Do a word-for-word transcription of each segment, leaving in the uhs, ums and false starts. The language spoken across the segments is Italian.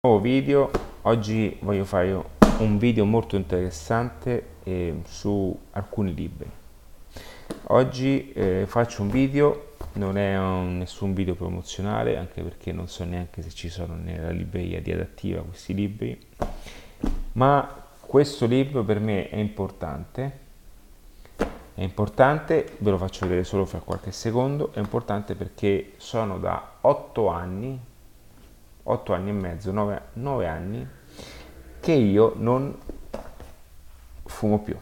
Nuovo video. Oggi voglio fare un video molto interessante eh, su alcuni libri. Oggi eh, faccio un video, non è un, nessun video promozionale, anche perché non so neanche se ci sono nella libreria di Adattiva questi libri, ma questo libro per me è importante. È importante, ve lo faccio vedere solo fra qualche secondo, è importante perché sono da otto anni otto anni e mezzo, nove anni che io non fumo più.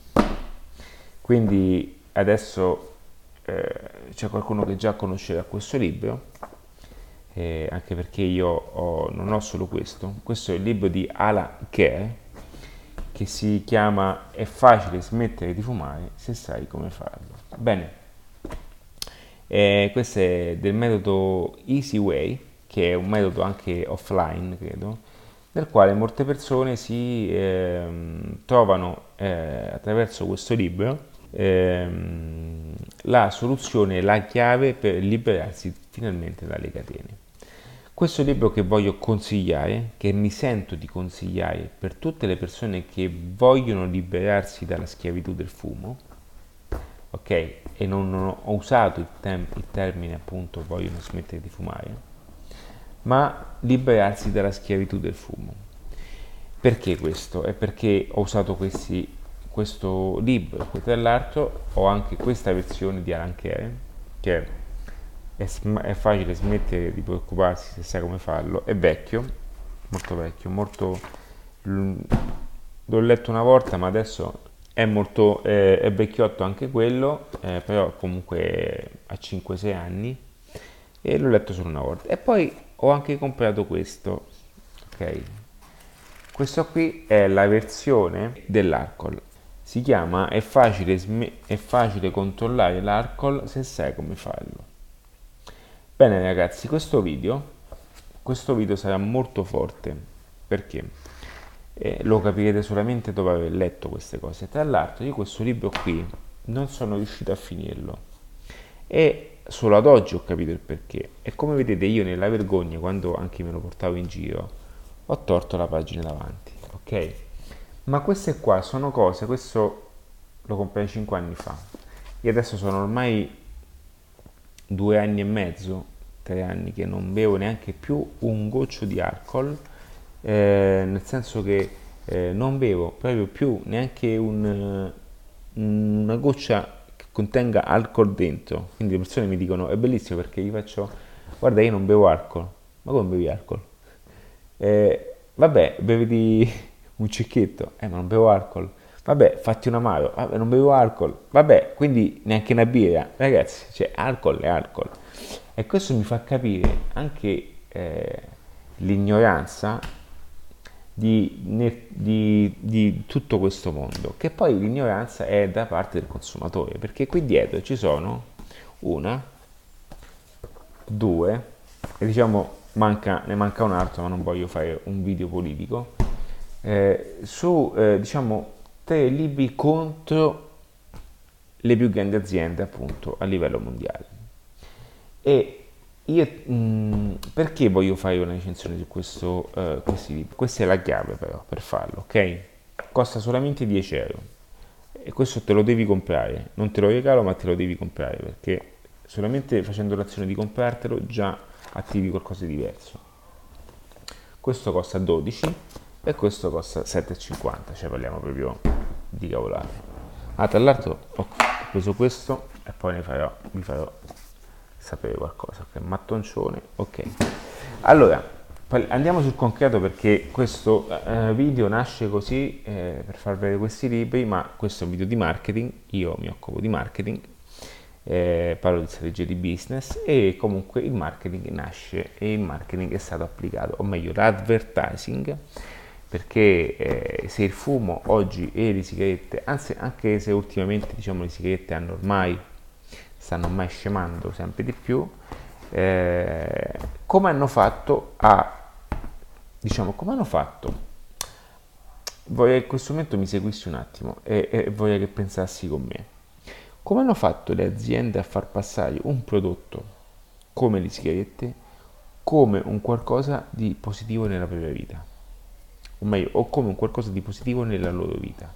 Quindi adesso eh, c'è qualcuno che già conoscerà questo libro, eh, anche perché io ho, non ho solo questo. Questo è il libro di Alan Kerr che si chiama È facile smettere di fumare se sai come farlo. Bene, eh, questo è del metodo Easy Way, che è un metodo anche offline, credo, nel quale molte persone si ehm, trovano eh, attraverso questo libro ehm, la soluzione, la chiave per liberarsi finalmente dalle catene. Questo libro che voglio consigliare, che mi sento di consigliare per tutte le persone che vogliono liberarsi dalla schiavitù del fumo, ok? E non ho usato il, tem- il termine appunto vogliono smettere di fumare, ma liberarsi dalla schiavitù del fumo. Perché questo? È perché ho usato questi, questo libro, e tra l'altro ho anche questa versione di Alan Kerr, che è, è facile smettere di preoccuparsi se sai come farlo, è vecchio, molto vecchio, molto... l'ho letto una volta ma adesso è molto eh, è vecchiotto anche quello, eh, però comunque ha cinque sei anni e l'ho letto solo una volta. E poi ho anche comprato questo, ok? Questo qui è la versione dell'alcol. Si chiama È facile, sm- è facile controllare l'alcol se sai come farlo. Bene ragazzi, questo video, questo video sarà molto forte perché eh, lo capirete solamente dopo aver letto queste cose. Tra l'altro io questo libro qui non sono riuscito a finirlo e solo ad oggi ho capito il perché. E come vedete io nella vergogna, quando anche me lo portavo in giro, ho torto la pagina davanti, ok? Ma queste qua sono cose, questo lo comprai cinque anni fa e adesso sono ormai due anni e mezzo, tre anni che non bevo neanche più un goccio di alcol, eh, nel senso che eh, non bevo proprio più neanche un, una goccia che contenga alcol dentro. Quindi le persone mi dicono è bellissimo perché gli faccio guarda io non bevo alcol. Ma come bevi alcol? Eh, vabbè, bevi un cicchetto, eh ma non bevo alcol. Vabbè, fatti un amaro, vabbè, non bevo alcol. Vabbè, quindi neanche una birra. Ragazzi, cioè, alcol è alcol. E questo mi fa capire anche eh, l'ignoranza di, ne- di- di tutto questo mondo, che poi l'ignoranza è da parte del consumatore, perché qui dietro ci sono una, due, e diciamo manca, ne manca un altro, ma non voglio fare un video politico, eh, su eh, diciamo tre libri contro le più grandi aziende appunto a livello mondiale. E io mh, perché voglio fare una recensione su questo, eh, questi libri? Questa è la chiave però per farlo, ok? Costa solamente dieci euro e questo te lo devi comprare, non te lo regalo ma te lo devi comprare perché solamente facendo l'azione di comprartelo già attivi qualcosa di diverso. Questo costa dodici e questo costa sette e cinquanta, cioè parliamo proprio di cavolate. Ah, tra l'altro ho preso questo e poi ne farò, vi farò sapere qualcosa. Ok, mattoncione, ok. Allora, andiamo sul concreto perché questo eh, video nasce così eh, per far vedere questi libri, ma questo è un video di marketing, io mi occupo di marketing, eh, parlo di strategie di business e comunque il marketing nasce e il marketing è stato applicato, o meglio l'advertising, perché eh, se il fumo oggi e le sigarette, anzi anche se ultimamente diciamo le sigarette hanno ormai stanno ormai scemando sempre di più, eh, come hanno fatto a diciamo come hanno fatto vorrei che in questo momento mi seguissi un attimo e, e vorrei che pensassi con me come hanno fatto le aziende a far passare un prodotto come le sigarette come un qualcosa di positivo nella propria vita, o meglio, o come un qualcosa di positivo nella loro vita.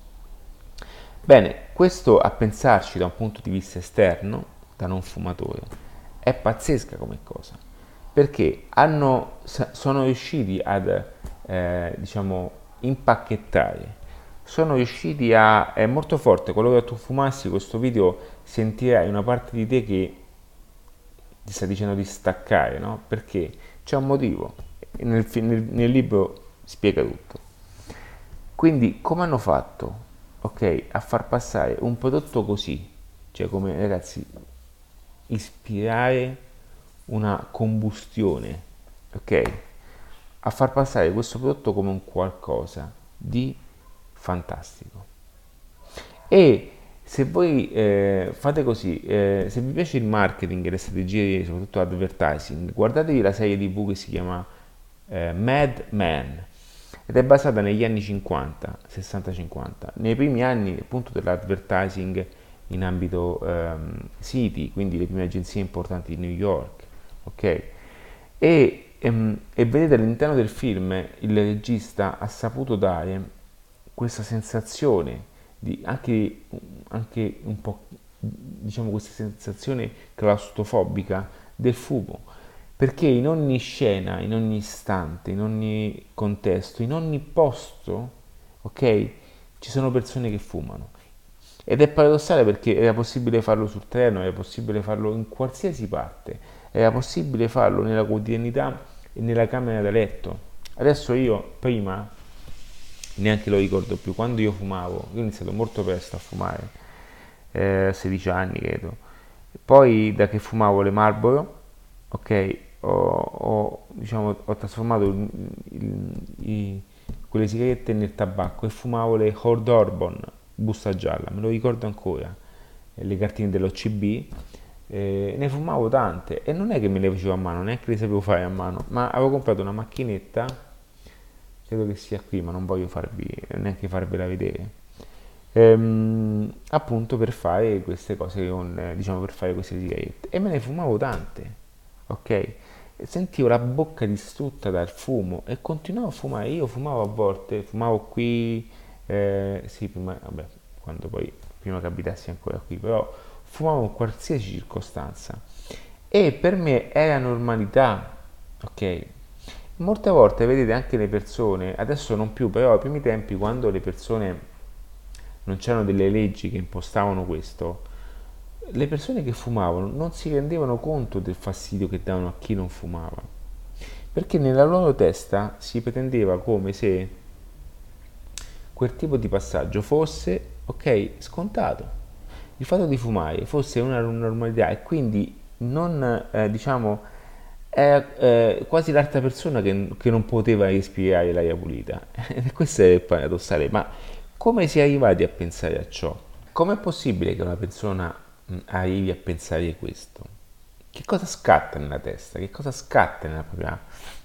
Bene, questo a pensarci da un punto di vista esterno, da non fumatore, è pazzesca come cosa, perché hanno, sono riusciti ad, eh, diciamo, impacchettare, sono riusciti a, è molto forte, qualora tu fumassi questo video sentirai una parte di te che ti sta dicendo di staccare, no? Perché c'è un motivo, nel, nel, nel libro spiega tutto. Quindi come hanno fatto, ok, a far passare un prodotto così, cioè come ragazzi, ispirare una combustione, ok, a far passare questo prodotto come un qualcosa di fantastico. E se voi eh, fate così, eh, se vi piace il marketing e le strategie, soprattutto advertising, guardatevi la serie tivù che si chiama eh, Mad Men ed è basata negli anni cinquanta, sessanta cinquanta, nei primi anni appunto dell'advertising in ambito ehm, City, quindi le prime agenzie importanti di New York, ok? E, ehm, e vedete all'interno del film il regista ha saputo dare questa sensazione di anche, anche un po', diciamo, questa sensazione claustrofobica del fumo, perché in ogni scena, in ogni istante, in ogni contesto, in ogni posto, ok, ci sono persone che fumano. Ed è paradossale perché era possibile farlo sul treno, era possibile farlo in qualsiasi parte, era possibile farlo nella quotidianità e nella camera da letto. Adesso io prima neanche lo ricordo più, quando io fumavo, io ho iniziato molto presto a fumare, eh, sedici anni credo, poi da che fumavo le Marlboro, ok, ho, ho, diciamo, ho trasformato il, il, i, quelle sigarette nel tabacco e fumavo le Old Bourbon, busta gialla, me lo ricordo ancora, le cartine dell'O C B, eh, ne fumavo tante e non è che me le facevo a mano, neanche le sapevo fare a mano, ma avevo comprato una macchinetta, credo che sia qui, ma non voglio farvi, neanche farvela vedere, ehm, appunto per fare queste cose, con, eh, diciamo per fare queste sigarette, e me ne fumavo tante, ok? E sentivo la bocca distrutta dal fumo e continuavo a fumare, io fumavo a volte, fumavo qui, eh, sì, prima, vabbè, quando poi, prima che abitassi ancora qui, però fumavo in qualsiasi circostanza e per me era normalità, ok? Molte volte vedete anche le persone, adesso non più, però ai primi tempi quando le persone non c'erano delle leggi che impostavano questo, le persone che fumavano non si rendevano conto del fastidio che davano a chi non fumava, perché nella loro testa si pretendeva come se quel tipo di passaggio fosse, ok, scontato. Il fatto di fumare fosse una normalità e quindi non, eh, diciamo, è eh, quasi l'altra persona che, che non poteva respirare l'aria pulita. E questo è il paradossale, ma come si è arrivati a pensare a ciò? Com'è possibile che una persona mh, arrivi a pensare questo? Che cosa scatta nella testa? Che cosa scatta nella propria,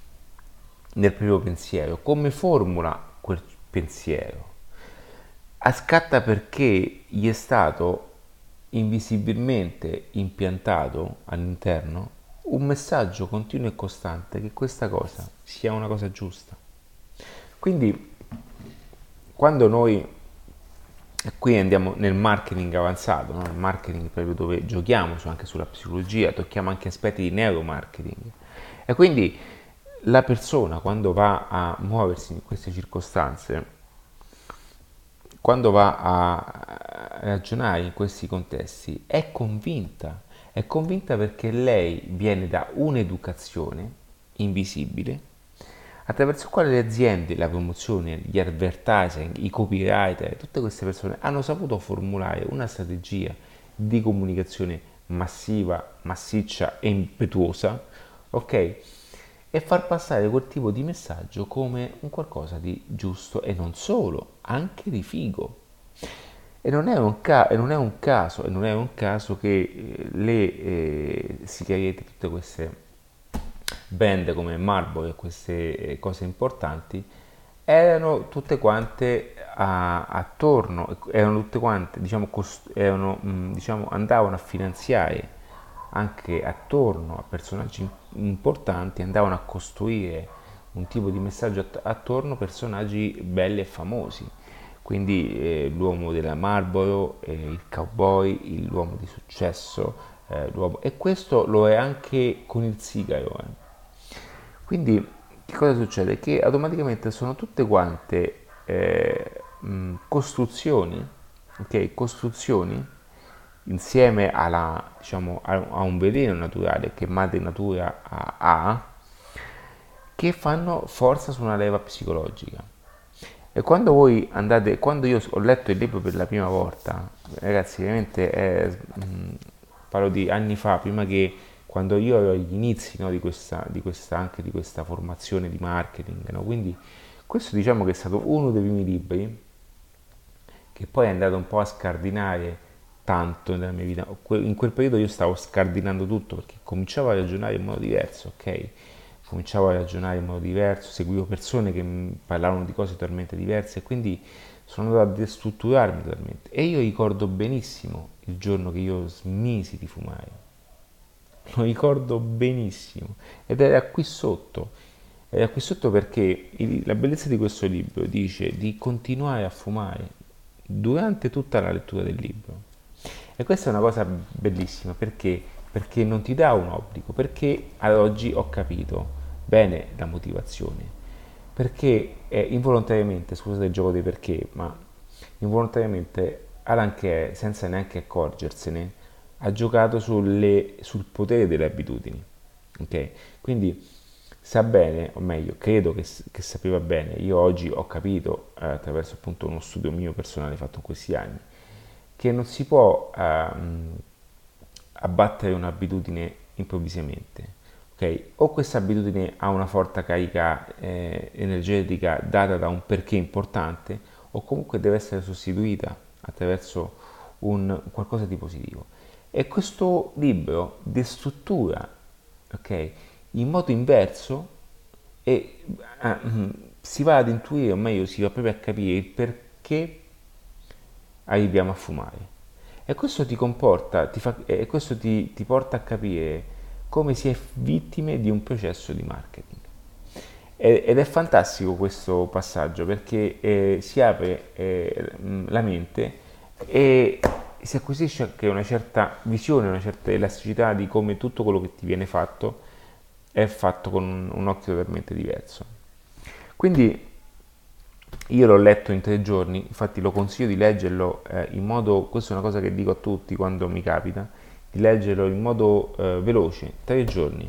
nel proprio pensiero? Come formula quel pensiero? A scatta perché gli è stato invisibilmente impiantato all'interno un messaggio continuo e costante che questa cosa sia una cosa giusta. Quindi quando noi qui andiamo nel marketing avanzato, no? Il marketing proprio dove giochiamo su, anche sulla psicologia, tocchiamo anche aspetti di neuromarketing. E quindi la persona quando va a muoversi in queste circostanze, quando va a ragionare in questi contesti, è convinta, è convinta perché lei viene da un'educazione invisibile attraverso il quale le aziende, la promozione, gli advertising, i copywriter, tutte queste persone hanno saputo formulare una strategia di comunicazione massiva, massiccia e impetuosa, ok? E far passare quel tipo di messaggio come un qualcosa di giusto e non solo, anche di figo. E non è un, ca- e non è un caso, e non è un caso che eh, le eh, sigarette, tutte queste band come Marlboro e queste eh, cose importanti, erano tutte quante a- attorno, erano tutte quante, diciamo, cost- erano, mh, diciamo, andavano a finanziare anche attorno a personaggi importanti, andavano a costruire un tipo di messaggio att- attorno a personaggi belli e famosi. Quindi eh, l'uomo della Marlboro, eh, il cowboy, l'uomo di successo, eh, l'uomo... e questo lo è anche con il sigaro. eh. Quindi che cosa succede? Che automaticamente sono tutte quante eh, mh, costruzioni, ok? Costruzioni insieme alla, diciamo, a, a un veleno naturale che madre natura ha, ha, che fanno forza su una leva psicologica. E quando voi andate, quando io ho letto il libro per la prima volta, ragazzi, veramente è, mh, parlo di anni fa, prima che quando io ero agli inizi, no, di questa, di questa, anche di questa formazione di marketing, no? Quindi questo diciamo che è stato uno dei primi libri che poi è andato un po' a scardinare tanto nella mia vita. In quel periodo io stavo scardinando tutto perché cominciavo a ragionare in modo diverso, ok? Cominciavo a ragionare in modo diverso, seguivo persone che mi parlavano di cose totalmente diverse e quindi sono andato a destrutturarmi totalmente. E io ricordo benissimo il giorno che io smisi di fumare. Lo ricordo benissimo. Ed era qui sotto. Era qui sotto perché il- la bellezza di questo libro dice di continuare a fumare durante tutta la lettura del libro. E questa è una cosa bellissima perché? Perché non ti dà un obbligo, perché ad oggi ho capito bene la motivazione, perché eh, involontariamente, scusate il gioco dei perché, ma involontariamente Alan Kay, senza neanche accorgersene, ha giocato sulle- sul potere delle abitudini. Ok? Quindi sa bene, o meglio, credo che, che sapeva bene, io oggi ho capito eh, attraverso appunto uno studio mio personale fatto in questi anni, che non si può ehm, abbattere un'abitudine improvvisamente. Ok? O questa abitudine ha una forte carica eh, energetica data da un perché importante, o comunque deve essere sostituita attraverso un qualcosa di positivo. E questo libro destruttura, ok, in modo inverso e eh, si va ad intuire, o meglio, si va proprio a capire il perché arriviamo a fumare. E questo ti comporta, ti fa, e questo ti, ti porta a capire come si è vittime di un processo di marketing. Ed è fantastico questo passaggio perché eh, si apre eh, la mente e si acquisisce anche una certa visione, una certa elasticità di come tutto quello che ti viene fatto è fatto con un, un occhio totalmente diverso. Quindi io l'ho letto in tre giorni, infatti lo consiglio di leggerlo eh, in modo, questa è una cosa che dico a tutti quando mi capita, di leggerlo in modo eh, veloce, tre giorni,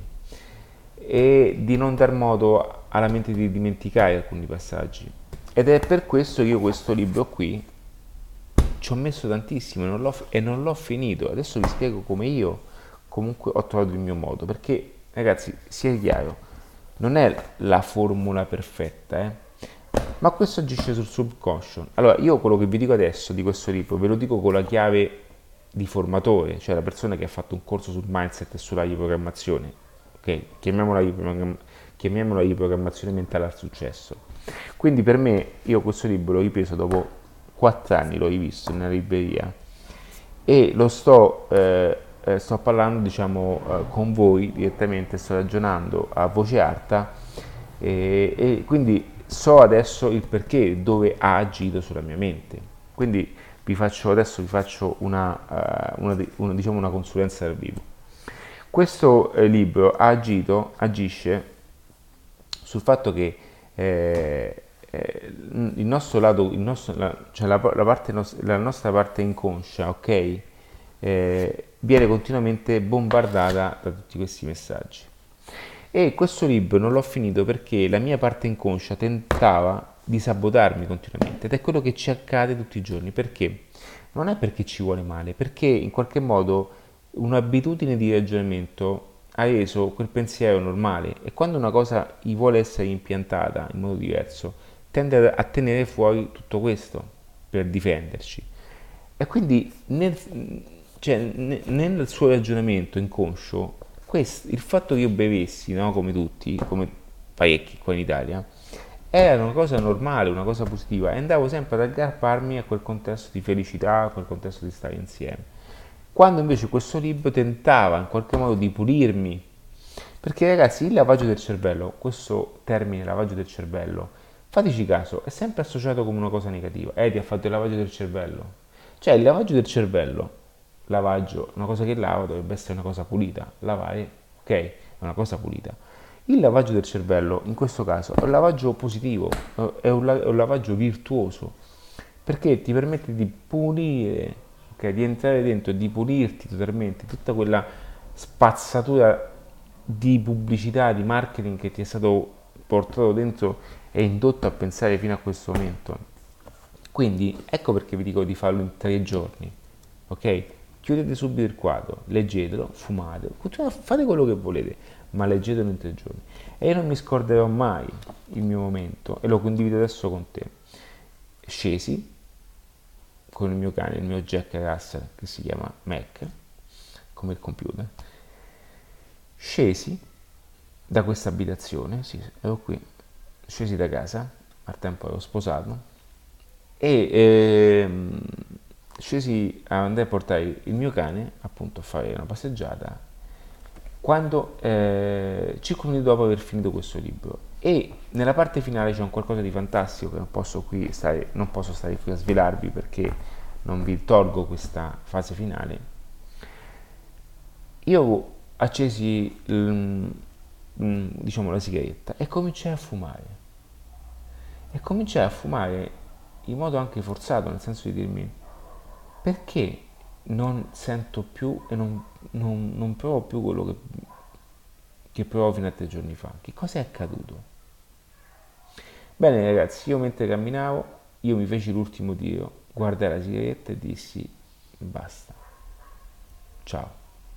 e di non dar modo alla mente di dimenticare alcuni passaggi. Ed è per questo che io questo libro qui ci ho messo tantissimo e non l'ho, e non l'ho finito. Adesso vi spiego come io comunque ho trovato il mio modo, perché ragazzi, sia chiaro, non è la formula perfetta, eh? Ma questo agisce sul subconscio. Allora, io quello che vi dico adesso di questo libro ve lo dico con la chiave di formatore, cioè la persona che ha fatto un corso sul mindset e sulla riprogrammazione, ok? Chiamiamola, riprogramm- chiamiamola riprogrammazione mentale al successo. Quindi per me, io questo libro l'ho ripreso dopo quattro anni, l'ho rivisto nella libreria e lo sto, eh, eh, sto parlando diciamo eh, con voi direttamente, sto ragionando a voce alta e, e quindi so adesso il perché, dove ha agito sulla mia mente. Quindi vi faccio, adesso vi faccio una, uh, una, una, diciamo una consulenza dal vivo. Questo eh, libro ha agito, agisce sul fatto che eh, eh, il nostro lato, il nostro, la, cioè la, la, parte, la nostra parte inconscia, ok, eh, viene continuamente bombardata da tutti questi messaggi. E questo libro non l'ho finito perché la mia parte inconscia tentava di sabotarmi continuamente ed è quello che ci accade tutti i giorni. Perché? Non è perché ci vuole male, perché in qualche modo un'abitudine di ragionamento ha reso quel pensiero normale e quando una cosa gli vuole essere impiantata in modo diverso tende a tenere fuori tutto questo per difenderci. E quindi nel, cioè, nel suo ragionamento inconscio, questo, il fatto che io bevessi, no, come tutti, come parecchi qua in Italia, era una cosa normale, una cosa positiva e andavo sempre ad aggrapparmi a quel contesto di felicità, a quel contesto di stare insieme. quando invece questo libro tentava in qualche modo di pulirmi, perché ragazzi il lavaggio del cervello, questo termine lavaggio del cervello, fateci caso, è sempre associato come una cosa negativa. Eh, ti ha fatto il lavaggio del cervello. Cioè il lavaggio del cervello, lavaggio, una cosa che lava dovrebbe essere una cosa pulita, lavare, ok, è una cosa pulita. Il lavaggio del cervello, in questo caso, è un lavaggio positivo, è un, la- è un lavaggio virtuoso, perché ti permette di pulire, ok, di entrare dentro e di pulirti totalmente tutta quella spazzatura di pubblicità, di marketing che ti è stato portato dentro e indotto a pensare fino a questo momento. Quindi ecco perché vi dico di farlo in tre giorni, ok? Chiudete subito il quadro, leggetelo, fumate, continuate, fate quello che volete, ma leggetelo in tre giorni. E io non mi scorderò mai il mio momento e lo condivido adesso con te. Scesi con il mio cane, il mio Jack Russell che si chiama Mac, come il computer. Scesi da questa abitazione, sì, ero qui, scesi da casa, al tempo ero sposato, e ehm, scesi a andare a portare il mio cane appunto a fare una passeggiata quando eh, cinque minuti dopo aver finito questo libro, e nella parte finale c'è un qualcosa di fantastico che non posso qui stare, non posso stare qui a svelarvi perché non vi tolgo questa fase finale. Io accesi il- mm, diciamo la sigaretta e cominciai a fumare, e cominciai a fumare in modo anche forzato, nel senso di dirmi perché non sento più e non, non- non provo più quello che, che provavo fino a tre giorni fa. Che cosa è accaduto? Bene ragazzi, io mentre camminavo, io mi feci l'ultimo tiro, guardai la sigaretta e dissi basta, ciao.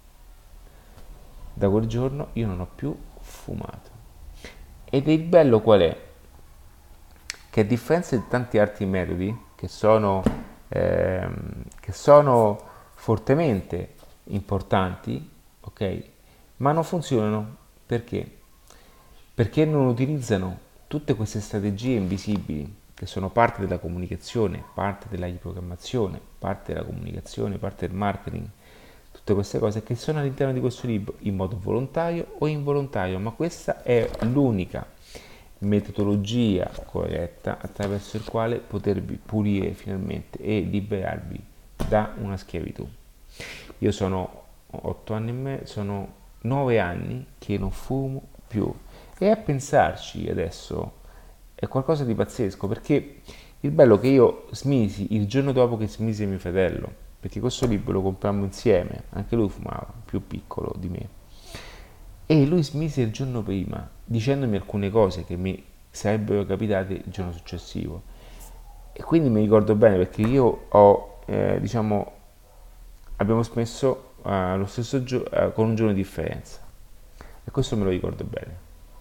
Da quel giorno io non ho più fumato. Ed il bello qual è? Che a differenza di tanti altri metodi che sono, ehm, che sono fortemente importanti, ok? Ma non funzionano perché? Perché non utilizzano tutte queste strategie invisibili che sono parte della comunicazione, parte della riprogrammazione, parte della comunicazione, parte del marketing, tutte queste cose che sono all'interno di questo libro in modo volontario o involontario, ma questa è l'unica metodologia corretta attraverso il quale potervi pulire finalmente e liberarvi da una schiavitù. Io sono otto anni e mezzo, sono nove anni che non fumo più, e a pensarci adesso è qualcosa di pazzesco, perché il bello è che io smisi il giorno dopo che smise mio fratello, perché questo libro lo comprammo insieme, anche lui fumava, più piccolo di me, e lui smise il giorno prima dicendomi alcune cose che mi sarebbero capitate il giorno successivo, e quindi mi ricordo bene perché io ho, eh, diciamo, abbiamo smesso eh, lo stesso giorno, eh, con un giorno di differenza, e questo me lo ricordo bene.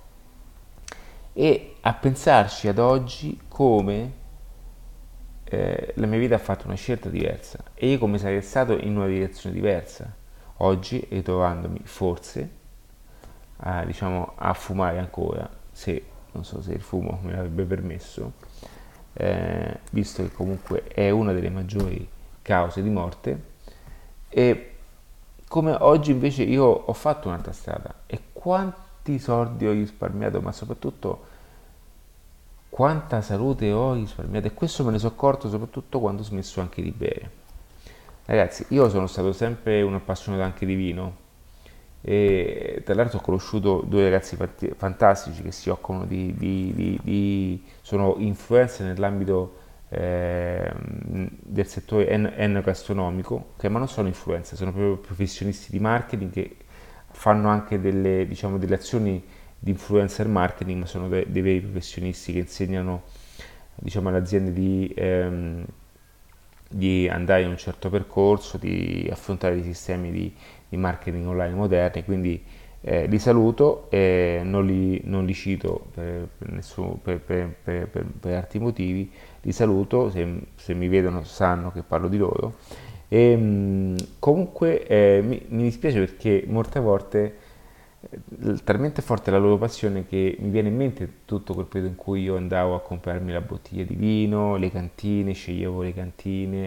E a pensarci ad oggi come eh, la mia vita ha fatto una scelta diversa e io come sarei stato in una direzione diversa oggi, ritrovandomi forse a, diciamo, a fumare ancora, se non so se il fumo me l'avrebbe permesso, eh, visto che comunque è una delle maggiori cause di morte, e come oggi invece io ho fatto un'altra strada, e quanti soldi ho risparmiato, ma soprattutto quanta salute ho risparmiato, e questo me ne sono accorto soprattutto quando ho smesso anche di bere. Ragazzi, io sono stato sempre un appassionato anche di vino, e tra l'altro ho conosciuto due ragazzi fantastici che si occupano di, di, di, di sono influencer nell'ambito eh, del settore en- enogastronomico, che ma non sono influencer, sono proprio professionisti di marketing che fanno anche delle, diciamo, delle azioni di influencer marketing, ma sono de- dei veri professionisti che insegnano, diciamo, alle aziende di, ehm, di andare in un certo percorso, di affrontare dei sistemi di, di marketing online moderni, quindi eh, li saluto e non li, non li cito per, per, nessun, per, per, per, per, per altri motivi, li saluto, se, se mi vedono sanno che parlo di loro, e mh, comunque eh, mi, mi dispiace perché molte volte eh, talmente forte la loro passione che mi viene in mente tutto quel periodo in cui io andavo a comprarmi la bottiglia di vino, le cantine, sceglievo le cantine,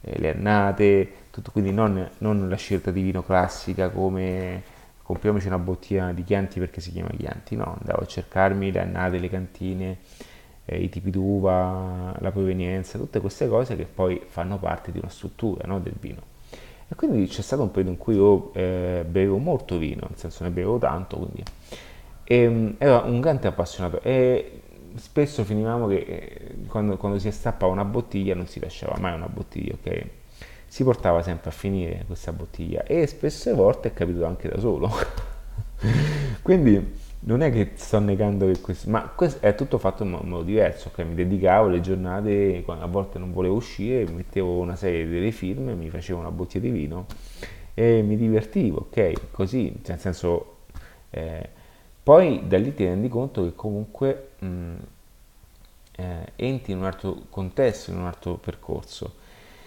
eh, le annate, tutto, quindi non, non la scelta di vino classica come compriamoci una bottiglia di Chianti perché si chiama Chianti, no, andavo a cercarmi le annate, le cantine, eh, i tipi d'uva, la provenienza, tutte queste cose che poi fanno parte di una struttura, no, del vino. E quindi c'è stato un periodo in cui io eh, bevevo molto vino, nel senso ne bevevo tanto, quindi e, um, ero un grande appassionato e spesso finivamo che eh, quando, quando si stappava una bottiglia non si lasciava mai una bottiglia, ok? Si portava sempre a finire questa bottiglia e spesse volte è capitato anche da solo. Quindi non è che sto negando che questo, ma questo è tutto fatto in modo diverso, ok? Mi dedicavo le giornate, quando a volte non volevo uscire, mettevo una serie delle film, mi facevo una bottiglia di vino e mi divertivo, ok? Così, nel senso, eh, poi da lì ti rendi conto che comunque mh, eh, entri in un altro contesto, in un altro percorso.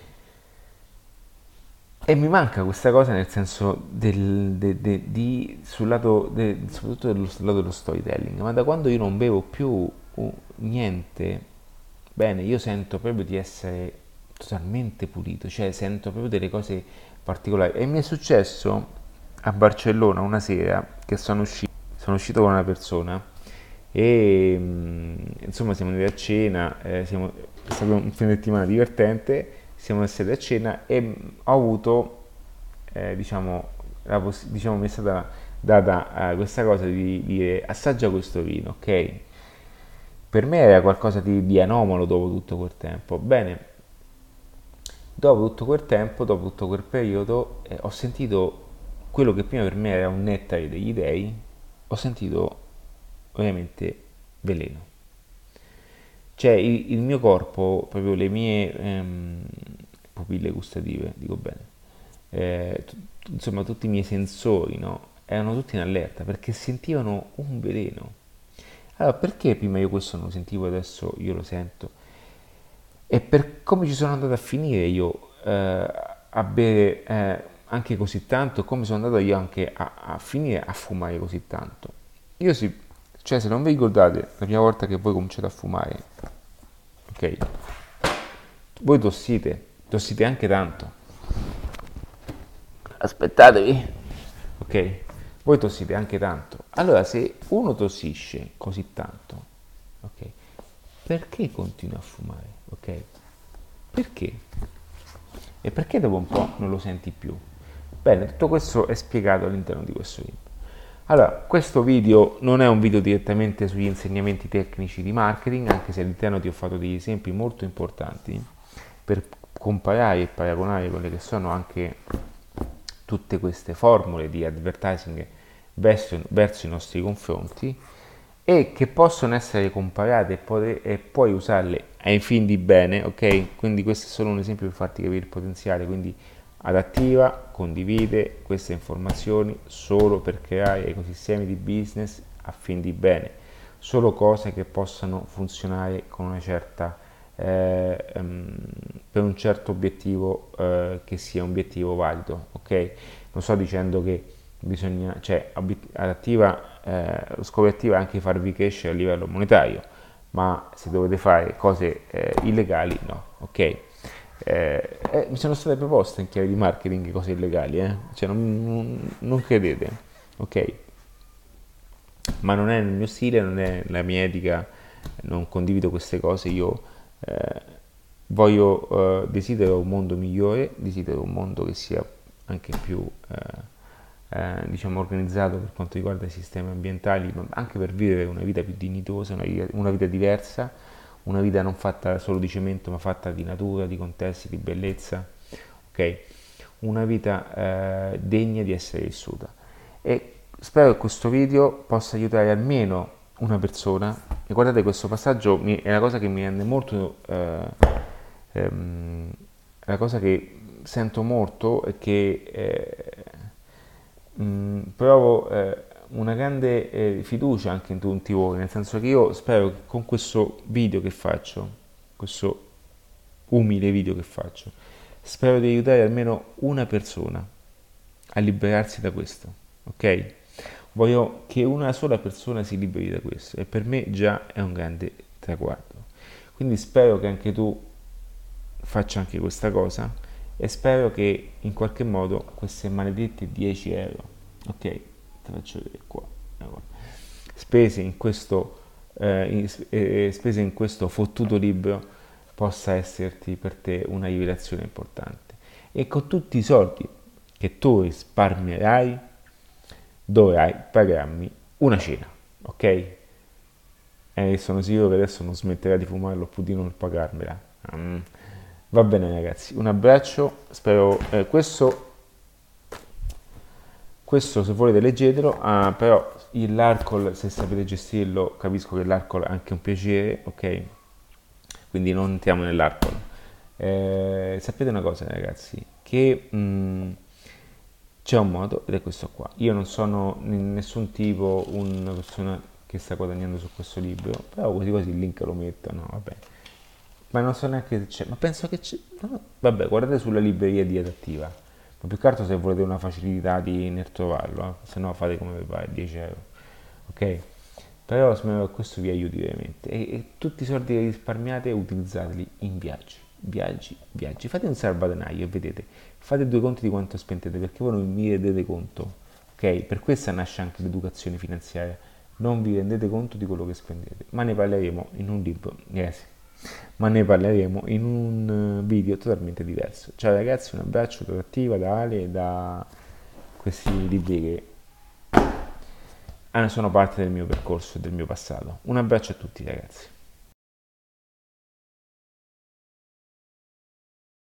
E mi manca questa cosa nel senso del, de- de- di, sul lato, de- soprattutto dello, sul lato dello storytelling, ma da quando io non bevo più uh, niente, bene, io sento proprio di essere totalmente pulito, cioè sento proprio delle cose particolari. E mi è successo a Barcellona una sera che sono uscito, sono uscito con una persona e mm, insomma siamo andati a cena, eh, siamo- è stato un fine settimana divertente, siamo stati a cena e mm, ho avuto, eh, diciamo, la poss- diciamo, mi è stata data eh, questa cosa di dire assaggia questo vino, ok? Per me era qualcosa di, di anomalo dopo tutto quel tempo. Bene, dopo tutto quel tempo, dopo tutto quel periodo, eh, ho sentito quello che prima per me era un nettare degli dei, ho sentito ovviamente veleno. Cioè il, il mio corpo, proprio le mie ehm, pupille gustative, dico bene, eh, t- insomma tutti i miei sensori, no? Erano tutti in allerta perché sentivano un veleno. Allora, perché prima io questo non lo sentivo e adesso io lo sento? E per come ci sono andato a finire io eh, a bere eh, anche così tanto, come sono andato io anche a, a finire a fumare così tanto. Io sì, cioè se non vi ricordate la prima volta che voi cominciate a fumare, ok? Voi tossite, tossite anche tanto. Aspettatevi, ok? Voi tossite anche tanto. Allora, se uno tossisce così tanto, ok? Perché continua a fumare, ok? Perché? E perché dopo un po' non lo senti più? Bene, tutto questo è spiegato all'interno di questo video. Allora, questo video non è un video direttamente sugli insegnamenti tecnici di marketing, anche se all'interno ti ho fatto degli esempi molto importanti per comparare e paragonare quelle che sono anche tutte queste formule di advertising verso, verso i nostri confronti e che possono essere comparate e, poter, e poi usarle ai fin di bene, ok? Quindi questo è solo un esempio per farti capire il potenziale, quindi adattiva, condivide queste informazioni solo per creare ecosistemi di business a fin di bene, solo cose che possano funzionare con una certa eh, um, per un certo obiettivo eh, che sia un obiettivo valido, ok? Non sto dicendo che bisogna, cioè adattiva, eh, lo scopo attivo è anche farvi crescere a livello monetario, ma se dovete fare cose eh, illegali, no, ok? Eh, eh, mi sono state proposte in chiave di marketing cose illegali, eh? Cioè non, non, non credete, ok? Ma non è nel mio stile, non è la mia etica, non condivido queste cose, io eh, voglio, eh, desidero un mondo migliore, desidero un mondo che sia anche più eh, eh, diciamo organizzato per quanto riguarda i sistemi ambientali, ma anche per vivere una vita più dignitosa, una vita, una vita diversa, una vita non fatta solo di cemento, ma fatta di natura, di contesti, di bellezza, ok? Una vita eh, degna di essere vissuta. E spero che questo video possa aiutare almeno una persona. E guardate, questo passaggio mi, è una cosa che mi rende molto eh, ehm, è una cosa che sento molto e che eh, mh, provo eh, una grande eh, fiducia anche in tutti voi, nel senso che io spero che con questo video che faccio, questo umile video che faccio, spero di aiutare almeno una persona a liberarsi da questo, ok? Voglio che una sola persona si liberi da questo e per me già è un grande traguardo. Quindi spero che anche tu faccia anche questa cosa e spero che in qualche modo queste maledette dieci euro, ok, te faccio vedere qua, spese in questo, eh, in, eh, spese in questo fottuto libro possa esserti per te una rivelazione importante. E con tutti i soldi che tu risparmierai dovrai pagarmi una cena, ok? E sono sicuro che adesso non smetterà di fumarlo più di non pagarmela. Mm. Va bene ragazzi, un abbraccio, spero eh, questo, questo se volete leggetelo, ah, però il- l'alcol se sapete gestirlo, capisco che l'alcol è anche un piacere, ok? Quindi non entriamo nell'alcol. Eh, sapete una cosa ragazzi, che mm, c'è un modo ed è questo qua. Io non sono in nessun tipo una persona che sta guadagnando su questo libro, però così così il link lo metto, no, vabbè. Ma non so neanche se c'è, ma penso che c'è. No, vabbè, guardate sulla libreria di Adattiva. Ma più che altro se volete una facilità di, nel trovarlo, eh, se no fate come vi pare, dieci euro. Ok? Però spero che questo vi aiuti veramente. E, e tutti i soldi che risparmiate utilizzateli in viaggi, viaggi, viaggi. Fate un salvadanaio e vedete, fate due conti di quanto spendete, perché voi non vi rendete conto. Ok? Per questo nasce anche l'educazione finanziaria. Non vi rendete conto di quello che spendete. Ma ne parleremo in un libro. Grazie. Ma ne parleremo in un video totalmente diverso. Ciao ragazzi, un abbraccio da Attiva, da Ale e da questi libri che sono parte del mio percorso e del mio passato. Un abbraccio a tutti ragazzi.